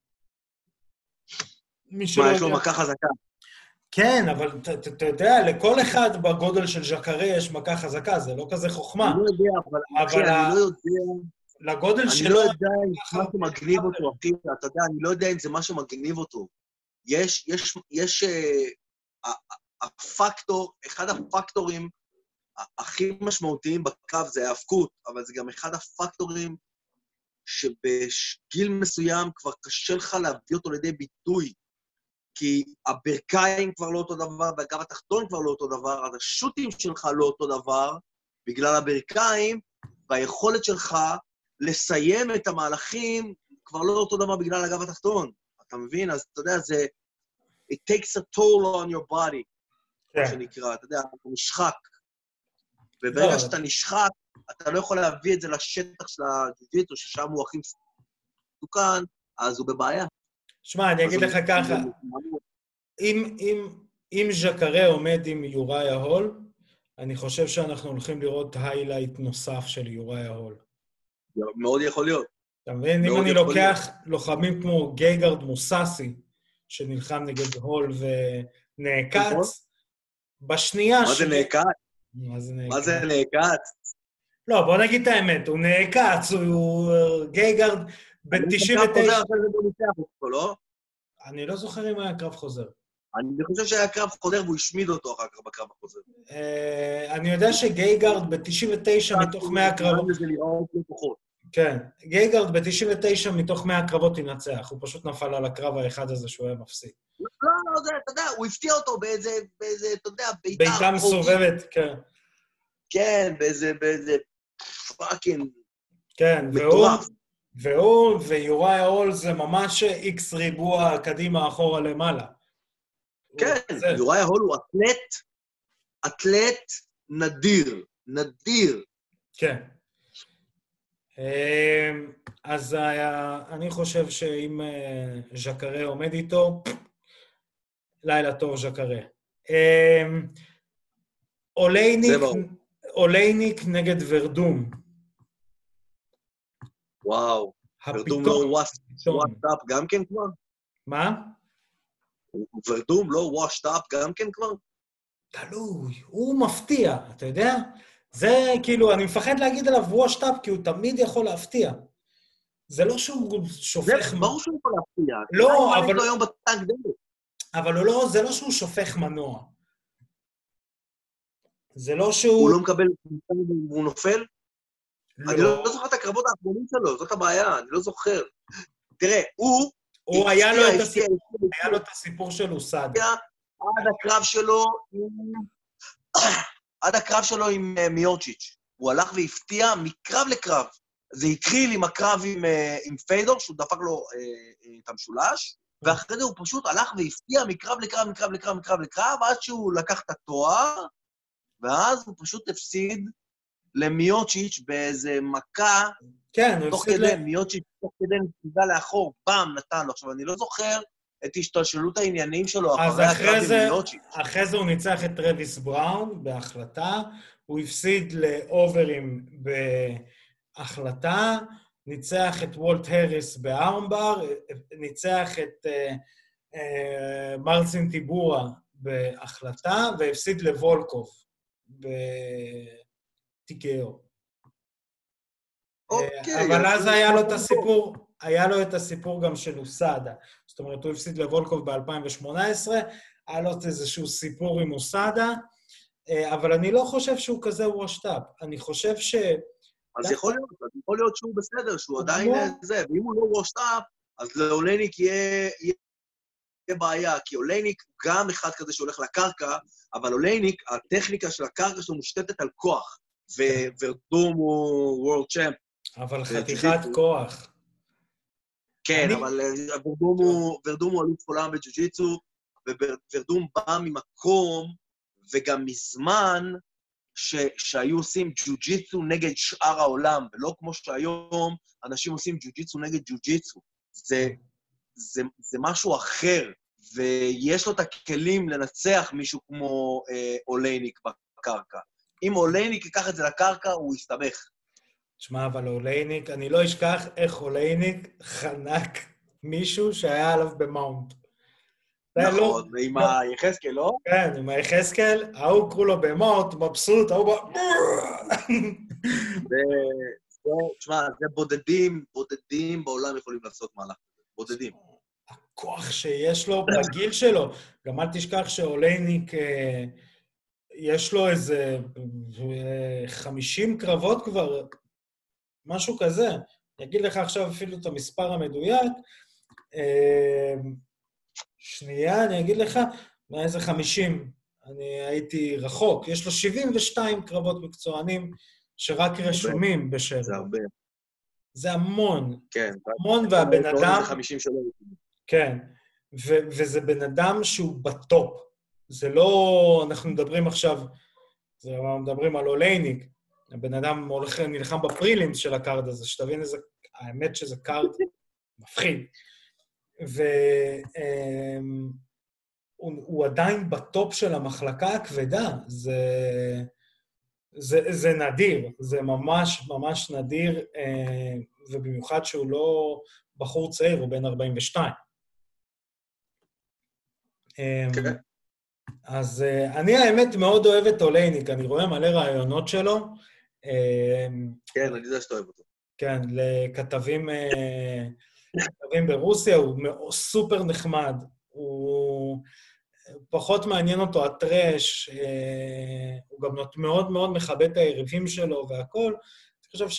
מה, יש לו מכה חזקה? כן, אבל אתה יודע, לכל אחד בגודל של ז'קרה יש מכה חזקה, זה לא כזה חוכמה. אני לא יודע, אבל אחי, אני לא יודע... לגודל שלו... אני לא יודע אם זה משהו מגניב אותו, אחי, אתה יודע, אני לא יודע אם זה משהו מגניב אותו. יש, יש, יש, הפקטור, אחד הפקטורים הכי משמעותיים בקרב זה ההאבקות, אבל זה גם אחד הפקטורים שבגיל מסוים כבר קשה לך להביא אותו לידי ביטוי, כי הברכיים כבר לא אותו דבר, והגב התחתון כבר לא אותו דבר, אז השוטים שלך לא אותו דבר, בגלל הברכיים, והיכולת שלך לסיים את המהלכים כבר לא אותו דבר בגלל הגב התחתון. אתה מבין? אז אתה יודע, זה... It takes a toll on your body, מה שנקרא, אתה יודע, אתה נשחק. וברגע שאתה נשחק, אתה לא יכול להביא את זה לשטח של הג'יו-ג'יטסו, ששם הוא הכי מסוכן, אז הוא בבעיה. שמע, אני אגיד לך ככה, אם, אם, אם ז'קרה עומד עם יוראי ההול, אני חושב שאנחנו הולכים לראות היילייט נוסף של יוראי ההול. מאוד יכול להיות. אתה מבין? אם אני לוקח לוחמים כמו גייגרד מוססי, שנלחם נגד הול ונעקץ, בשנייה... מה זה נעקץ? מה זה נעקץ? מה זה נעקץ? לא, בוא נגיד את האמת, הוא נעקץ, הוא גייגרד ב-תשעים ותשע... אני לא זוכר אם היה קרב חוזר. אני חושב שהיה קרב חוזר והוא השמיד אותו אחר כך בקרב החוזר. אני יודע שגייגרד ב-תשעים ותשע מתוך מאה קרבות... כן, גייגרד ב-תשעים ותשע מתוך מאה קרבות ינצח, הוא פשוט נפל על הקרב האחד הזה שהוא היה מפסיד. לא, לא, אתה יודע, הוא הפתיע אותו באיזה, אתה יודע, בעיטה... בעיטה מסובבת, כן. כן, באיזה, באיזה פאקינג... כן, והוא... והוא ויוראי ההול זה ממש איקס ריבוע קדימה אחורה למעלה. כן, יוראי ההול הוא אתלט, אתלט נדיר, נדיר. כן. אז אני חושב שאם ז'קרה עומד איתו, לילה טוב ז'קרה. אולייניק נגד ורדום. וואו, ורדום לא וואשט-אפ גם כן כבר? מה? ורדום לא וואשט-אפ גם כן כבר? תלוי, הוא מפתיע, אתה יודע? זה כאילו, אני מפחד להגיד עליו וואשט-אפ, כי הוא תמיד יכול להפתיע. זה לא שהוא שופך... זה ברור שהוא יכול להפתיע. לא, אבל... לא היום בטנק דלת. אבל הוא לא, זה לא שהוא שופך מנוע. זה לא שהוא... הוא לא מקבל... הוא נופל? לא. אני לא זוכר את הקרבות האחרונים שלו, זאת הבעיה, אני לא זוכר. תראה, הוא... הוא היה לו את הסיפור, היה לו את הסיפור של אוסאדה. עד הקרב שלו... עד הקרב שלו עם מיוצ'יץ'. הוא הלך והפתיע מקרב לקרב. זה התחיל עם הקרב עם, עם פיידור, שהוא דפק לו אה, את המשולש, ואחרי זה הוא פשוט הלך והפתיע מקרב לקרב, מקרב לקרב, מקרב לקרב, עד שהוא לקח את התואר, ואז הוא פשוט הפסיד למיוצ'יץ' באיזה מכה, כן, הוא תוך הפסיד כדי, ל... מיוצ'יץ' תוך כדי נסיגה לאחור, פעם נתן לו. עכשיו, אני לא זוכר את השתלשלות העניינים שלו אחרי הקרב עם מיוצ'יץ'. אחרי זה הוא ניצח את טרוויס בראון בהחלטה, הוא הפסיד לאוברים בהחלטה, ניצח את וולט הריס בארמבר, ניצח את uh, uh, מרצין טיבורה בהחלטה, והפסיד לוולקוב בטיקאו. אוקיי. אבל אז היה לו את הסיפור, היה לו את הסיפור גם של אוסאדה. זאת זאת אומרת, הוא הפסיד לוולקוב ב-אלפיים שמונה עשרה, היה לו איזשהו סיפור עם אוסדה, אבל אני לא חושב שהוא כזה washed up. אני חושב ש... אז יכול להיות, אז יכול להיות שהוא בסדר, שהוא עדיין זה, ואם הוא לא washed up, אז לאולייניק יהיה בעיה, כי אולייניק גם אחד כזה שהולך לקרקע, אבל אולייניק, הטכניקה של הקרקע שלו מושתתת על כוח, וורדום הוא וורד צ'אמפ. אבל חתיכת כוח. כן, אבל ורדום הוא אלוף עולם בג'ו-ג'יצו, וורדום בא ממקום, וגם מזמן, שהיו עושים ג'ו-ג'יצו נגד שאר העולם, ולא כמו שהיום אנשים עושים ג'ו-ג'יצו נגד ג'ו-ג'יצו. זה, זה, זה משהו אחר, ויש לו את הכלים לנצח מישהו כמו אה, אולייניק בקרקע. אם אולייניק ייקח את זה לקרקע, הוא יסתבך. תשמע, אבל אולייניק, אני לא אשכח איך אולייניק חנק מישהו שהיה עליו במאונט. נכון, ועם היחזקאל, לא? כן, עם היחזקאל, ההוא קראו לו במאונט, מבסוט, ההוא בא... תשמע, זה בודדים, בודדים בעולם יכולים לעשות מהלך. בודדים. הכוח שיש לו בגיל שלו. גם אל תשכח שאולייניק, יש לו איזה חמישים קרבות כבר, משהו כזה. אני אגיד לך עכשיו אפילו את המספר המדויק. שנייה, אני אגיד לך, מאיזה חמישים. אני הייתי רחוק. יש לו שבעים ושתיים קרבות מקצוענים שרק רשומים בשם. זה הרבה. זה המון. כן. המון, והבן אדם... זה חמישים שלו. כן. ו- וזה בן אדם שהוא בטופ. זה לא... אנחנו מדברים עכשיו... זה מדברים על אולייניק. הבן אדם הולך, נלחם בפרילימס של הקארד הזה, שתבין איזה... האמת שזה קארד מפחיד. והוא עדיין בטופ של המחלקה הכבדה. זה... זה, זה נדיר, זה ממש ממש נדיר, ובמיוחד שהוא לא בחור צעיר, הוא בן ארבעים ושתיים. כן. אז אני האמת מאוד אוהב את אולייניק, אני רואה מלא רעיונות שלו. כן, אני יודע שאתה אוהב אותו. כן, לכתבים כתבים ברוסיה, הוא סופר נחמד, הוא... פחות מעניין אותו הטרש, הוא גם מאוד מאוד מכבד את היריבים שלו והכל. אני חושב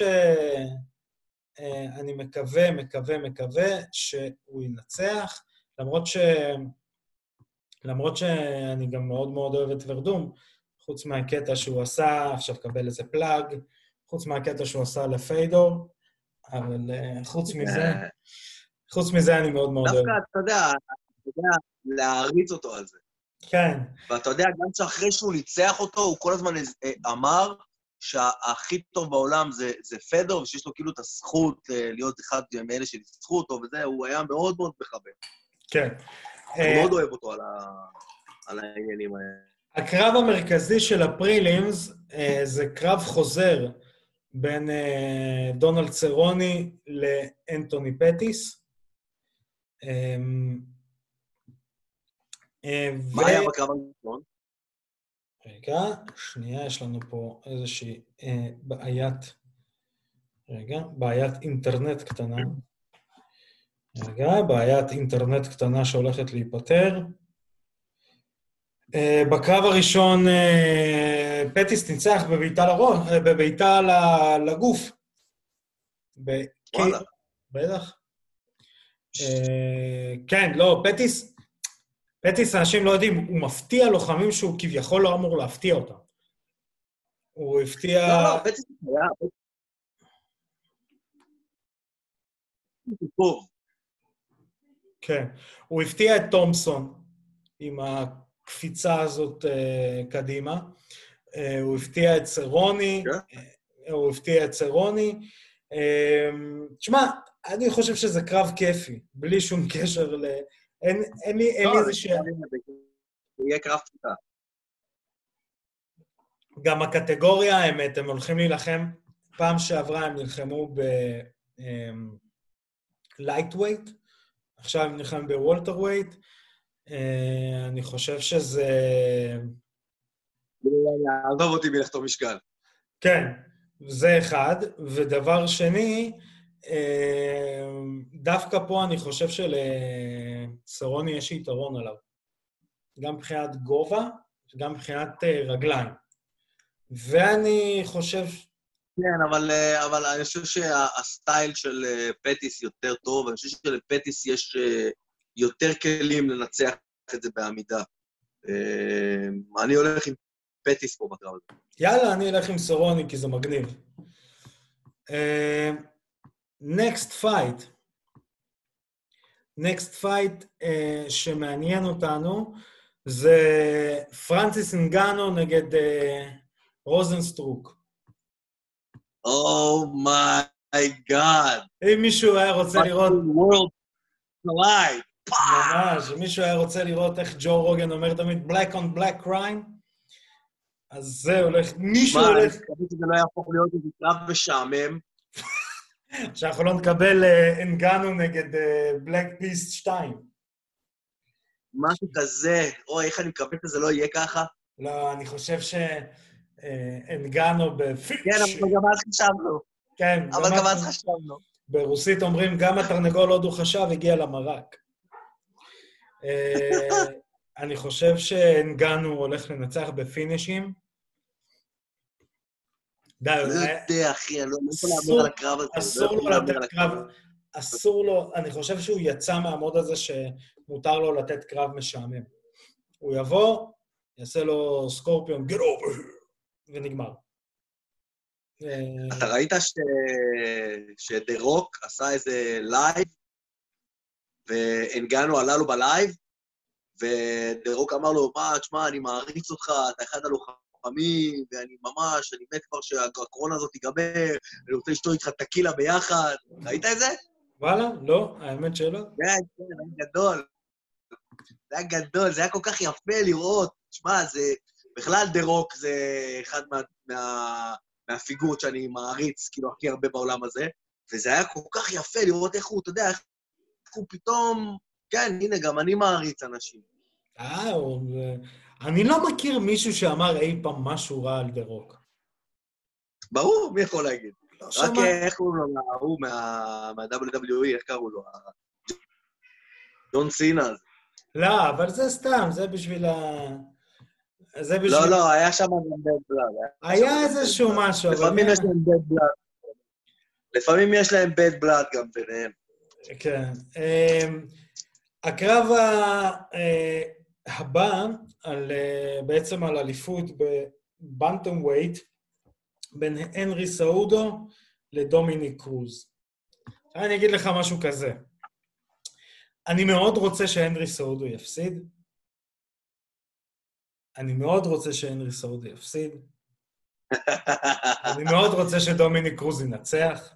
שאני מקווה, מקווה, מקווה שהוא ינצח, למרות ש... למרות שאני גם מאוד מאוד אוהב את ורדום, חוץ מהקטע שהוא עשה, עכשיו קבל איזה פלאג, חוץ מהקטע שהוא עשה לפיידור, אבל חוץ מזה, חוץ מזה אני מאוד מאוד אוהב. דווקא, אתה יודע, אתה יודע, להריץ אותו על זה. כן. ואתה יודע, גם שאחרי שהוא ניצח אותו, הוא כל הזמן אמר שהכי טוב בעולם זה, זה פדור, ושיש לו כאילו את הזכות להיות אחד מאלה שניצחו אותו, וזה, הוא היה מאוד מאוד מכבד. כן. אני מאוד אוהב אותו על, ה... על העניינים האלה. הקרב המרכזי של הפרילימס זה קרב חוזר בין דונלד צרוני לאנטוני פטיס. מה היה בקרב הראשון? רגע, שנייה, יש לנו פה איזושהי בעיית, רגע, בעיית אינטרנט קטנה. רגע, בעיית אינטרנט קטנה שהולכת להיפטר. בקרב הראשון, פטיס ניצח בביתה לראש, בביתה לגוף. וואלה. בטח. כן, לא, פטיס, פטיס, אנשים לא יודעים, הוא מפתיע לוחמים שהוא כביכול לא אמור להפתיע אותם. הוא הפתיע... לא, לא, פטיס היה... טוב. כן, הוא הפתיע את תומפסון עם הקפיצה הזאת uh, קדימה. Uh, הוא הפתיע את צרוני, כן? uh, הוא הפתיע את צרוני. Uh, תשמע, אני חושב שזה קרב כיפי, בלי שום קשר ל... אין, אין לי, אין לי איזה ש... זה יהיה קרב פשוטה. גם הקטגוריה, האמת, הם הולכים להילחם, פעם שעברה הם נלחמו ב-lightweight, עכשיו הם נלחמים בוולטרווייט, אני חושב שזה... עזוב אותי מלכתוב משקל. כן, זה אחד, ודבר שני, דווקא פה אני חושב שלסרוני יש יתרון עליו. גם מבחינת גובה, גם מבחינת רגליים. ואני חושב... כן, אבל, אבל אני חושב שהסטייל של פטיס יותר טוב, אני חושב שלפטיס יש יותר כלים לנצח את זה בעמידה. אני הולך עם פטיס פה בקרב הזה. יאללה, אני אלך עם סרוני, כי זה מגניב. Next fight. Next fight uh, שמעניין אותנו, זה פרנסיס אנגאנו נגד uh, רוזנסטרוק. אומייגאד. אם מישהו היה רוצה לראות... World Collide. ממש, אם מישהו היה רוצה לראות איך ג'ו רוגן אומר תמיד black on black crime, אז זה הולך, מישהו הולך... מה, אני חושב שזה לא יהפוך להיות איזה קרב משעמם. שאנחנו לא נקבל אנגאנו נגד בלק פיסט שתיים. משהו כזה, אוי, איך אני מקווה שזה לא יהיה ככה? לא, אני חושב שאנגאנו בפיש... כן, אבל גם אז חשבנו. כן. אבל גם אז חשבנו. ברוסית אומרים, גם התרנגול עוד הוא חשב, הגיע למרק. אני חושב שאנגאנו הולך לנצח בפינישים. די, לא יודע, אחי, אני לא יכול להמר על הקרב הזה. אסור לו לתת קרב, אסור לו, אני חושב שהוא יצא מהמוד הזה שמותר לו לתת קרב משעמם. הוא יבוא, יעשה לו סקורפיון, get over here, ונגמר. אתה ראית שדה רוק עשה איזה לייב, ואנגאנו עלה לו בלייב, ודה רוק אמר לו, מה, תשמע, אני מעריץ אותך, אתה אחד הלוחמים, ואני ממש, אני מת כבר שהקורונה הזאת תיגמר, אני רוצה לשתות איתך טקילה ביחד. ראית את זה? וואלה, לא, האמת שלא. כן, כן, זה היה גדול. זה היה גדול, זה היה כל כך יפה לראות. תשמע, זה, בכלל דה רוק זה אחד מה, מה, מהפיגורות שאני מעריץ, כאילו, הכי הרבה בעולם הזה, וזה היה כל כך יפה לראות איך הוא, אתה יודע, איך הוא פתאום, כן, הנה, גם אני מעריץ אנשים. אה, אני לא מכיר מישהו שאמר אי פעם משהו רע על דה רוק. ברור, מי יכול להגיד? רק איך הוא לו, הוא מה-דאבליו דאבליו אי, איך קראו לו? ג'ון סינה. לא, אבל זה סתם, זה בשביל ה... לא, לא, היה שם גם בד בלאד. היה איזשהו משהו, אבל... לפעמים יש להם בד בלאד. לפעמים יש להם בד בלאד גם ביניהם. כן. הקרב הבא, בעצם על אליפות בבנטום ווייט, בין הנרי סעודו לדומיניק קרוז. אני אגיד לך משהו כזה. אני מאוד רוצה שהנרי סעודו יפסיד. אני מאוד רוצה שהנרי סעודו יפסיד. אני מאוד רוצה שדומיניק קרוז ינצח.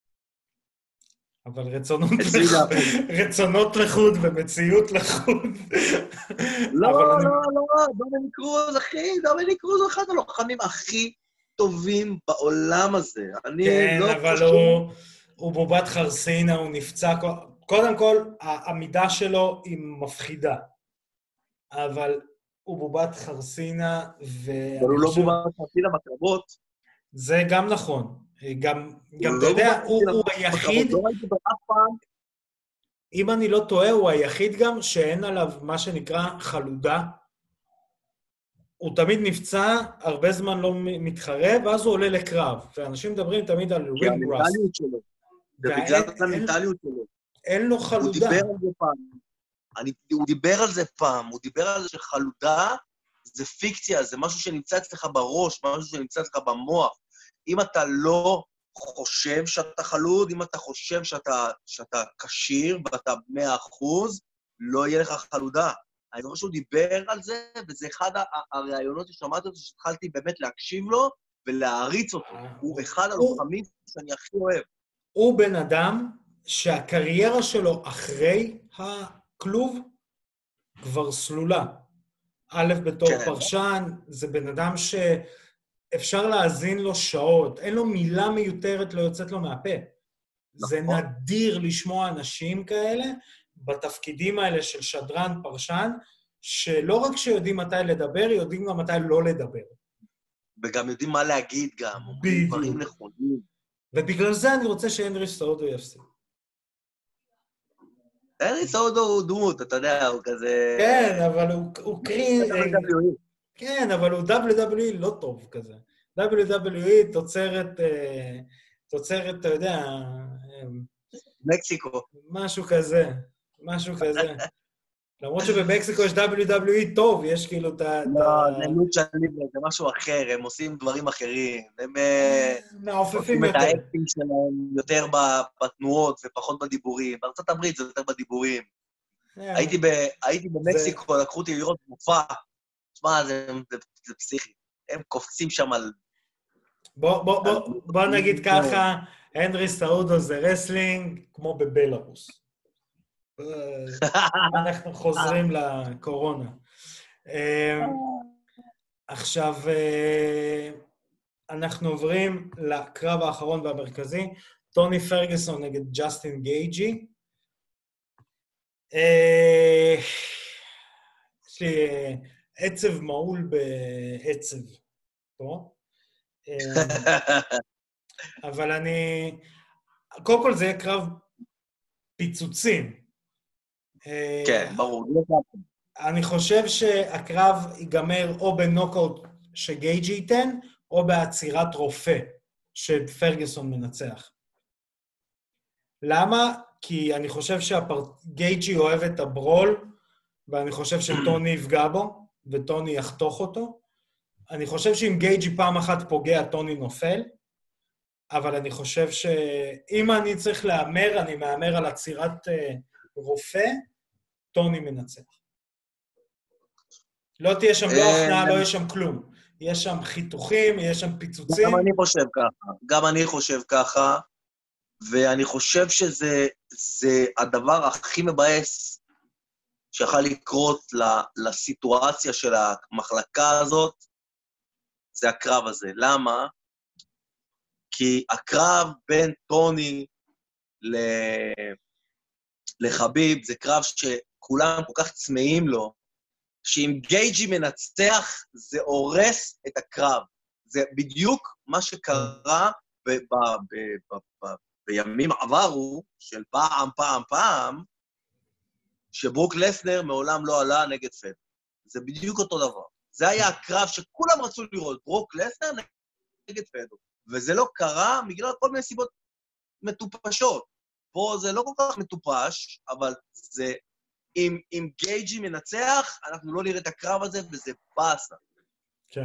אבל רצונות לחוד, רצונות לחוד ומציאות לחוד. לא, לא, לא, דומיניק קרוז, אחי, דומיניק קרוז הוא אחד הלוחמים הכי טובים בעולם הזה. כן, אבל הוא, הוא בובת חרסינה, הוא נפצע. קודם כל, העמידה שלו היא מפחידה. אבל הוא בובת חרסינה, ו... אבל הוא לא בובת חרסינה בקרבות. זה גם נכון. גם, גם אתה יודע, הוא היחיד... אם אני לא טועה, הוא היחיד גם שאין עליו מה שנקרא חלודה. הוא תמיד נפצע, הרבה זמן לא מתחרה, ואז הוא עולה לקרב. ואנשים מדברים תמיד על ring rust. זה המנטליות שלו. זה בגלל המנטליות שלו. אין לו חלודה. הוא דיבר על זה פעם. אני, הוא דיבר על זה פעם. הוא דיבר על זה שחלודה זה פיקציה, זה משהו שנמצא אצלך בראש, משהו שנמצא אצלך במוח. אם אתה לא חושב שאתה חלוד, אם אתה חושב שאתה, שאתה קשיר ואתה מאה אחוז, לא יהיה לך חלודה. אני חושב שהוא דיבר על זה, וזה אחד הרעיונות ששמעתי אותו, שהתחלתי באמת להקשיב לו ולהריץ אותו. הוא אחד הלוחמים שאני הכי אוהב. הוא בן אדם שהקריירה שלו אחרי הכלוב כבר סלולה. א', בתור פרשן, זה בן אדם שאפשר להאזין לו שעות, אין לו מילה מיותרת לא יוצאת לו מהפה. זה נדיר לשמוע אנשים כאלה, בתפקידים האלה של שדרן פרשן, שלא רק שיודעים מתי לדבר, יודעים גם מתי לא לדבר. וגם יודעים מה להגיד גם, אומרים דברים נכונים. ובגלל זה אני רוצה שהנרי סעודו יפסיד. הנרי סעודו הוא דמות, אתה יודע, הוא כזה... כן, אבל הוא קרין... כן, אבל הוא דאבליו דאבליו אי לא טוב כזה. דאבליו דאבליו אי תוצרת, תוצרת, אתה יודע... מקסיקו. משהו כזה, משהו כזה. למרות שבמקסיקו יש דאבליו דאבליו אי טוב, יש כאילו את ה... לא, זה לוצ'ה ליברה, זה משהו אחר, הם עושים דברים אחרים. הם... מעופפים יותר. את האקטינג שלהם יותר בתנועות ופחות בדיבורים. בארצות הברית זה יותר בדיבורים. הייתי במקסיקו, לקחו אותי לראות מופע. תשמע, זה פסיכי. הם קופצים שם על... בוא נגיד ככה, הנרי סעודו זה רסלינג כמו בבלרוס. אנחנו חוזרים לקורונה. עכשיו, אנחנו עוברים לקרב האחרון והמרכזי, טוני פרגוסון נגד ג'סטין גייג'י. יש לי עצב מעול בעצב פה. אבל אני... קודם כל זה יהיה קרב פיצוצים. כן, ברור. אני חושב שהקרב ייגמר או בנוקאוט שגייג'י ייתן, או בעצירת רופא שפרגוסון מנצח. למה? כי אני חושב שגייג'י אוהב את הברול, ואני חושב שטוני יפגע בו, וטוני יחתוך אותו. אני חושב שאם גייג'י פעם אחת פוגע, טוני נופל, אבל אני חושב שאם אני צריך לאמר, אני מאמר על עצירת רופא, טוני מנצח. לא תהיה שם לא הכנעה, לא יהיה שם כלום. יש שם חיתוכים, יש שם פיצוצים. גם אני חושב ככה, גם אני חושב ככה, ואני חושב שזה זה הדבר הכי מבאס שיכל לקרות לסיטואציה של המחלקה הזאת, זה הקרב הזה. למה? כי הקרב בין טוני לחביב זה קרב שכולם כל כך צמאים לו, שאם גייג'י מנצח, זה הורס את הקרב. זה בדיוק מה שקרה ב- ב- ב- ב- ב- בימים עברו, של פעם, פעם, פעם, שברוק לסנר מעולם לא עלה נגד פד. זה בדיוק אותו דבר. זה היה הקרב שכולם רצו לראות, ברוק לסנר נגד פד. וזה לא קרה בגלל כל מיני סיבות מטופשות. פה זה לא כל כך מטופש, אבל זה... אם, אם גייג'י מנצח, אנחנו לא נראה את הקרב הזה, וזה באסה. כן.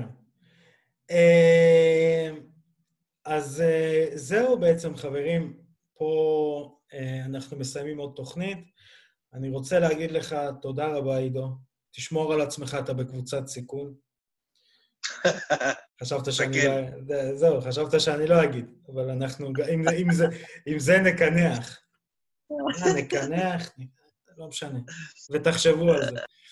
אז זהו בעצם, חברים. פה אנחנו מסיימים עוד תוכנית. אני רוצה להגיד לך תודה רבה, עידו. תשמור על עצמך, אתה בקבוצת סיכון. חשבת שאני לא... זהו, חשבת שאני לא אגיד, אבל אנחנו... אם זה, אם זה נקנח. נקנח... לא משנה, ותחשבו על זה.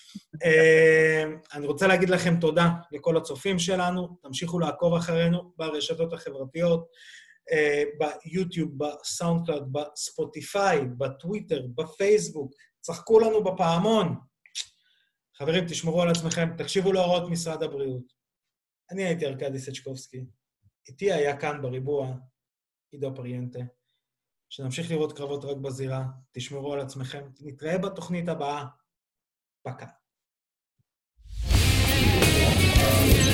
אני רוצה להגיד לכם תודה לכל הצופים שלנו, תמשיכו לעקוב אחרינו ברשתות החברתיות, ביוטיוב, בסאונד קלאוד, בספוטיפיי, בטוויטר, בפייסבוק, צחקו לנו בפעמון. חברים, תשמרו על עצמכם, תקשיבו להוראות משרד הבריאות. אני הייתי ארקדי סצ'קובסקי, איתי היה כאן בריבוע, עידו פריאנטה. שנמשיך לראות קרבות רק בזירה, תשמרו על עצמכם, נתראה בתוכנית הבאה. פקה.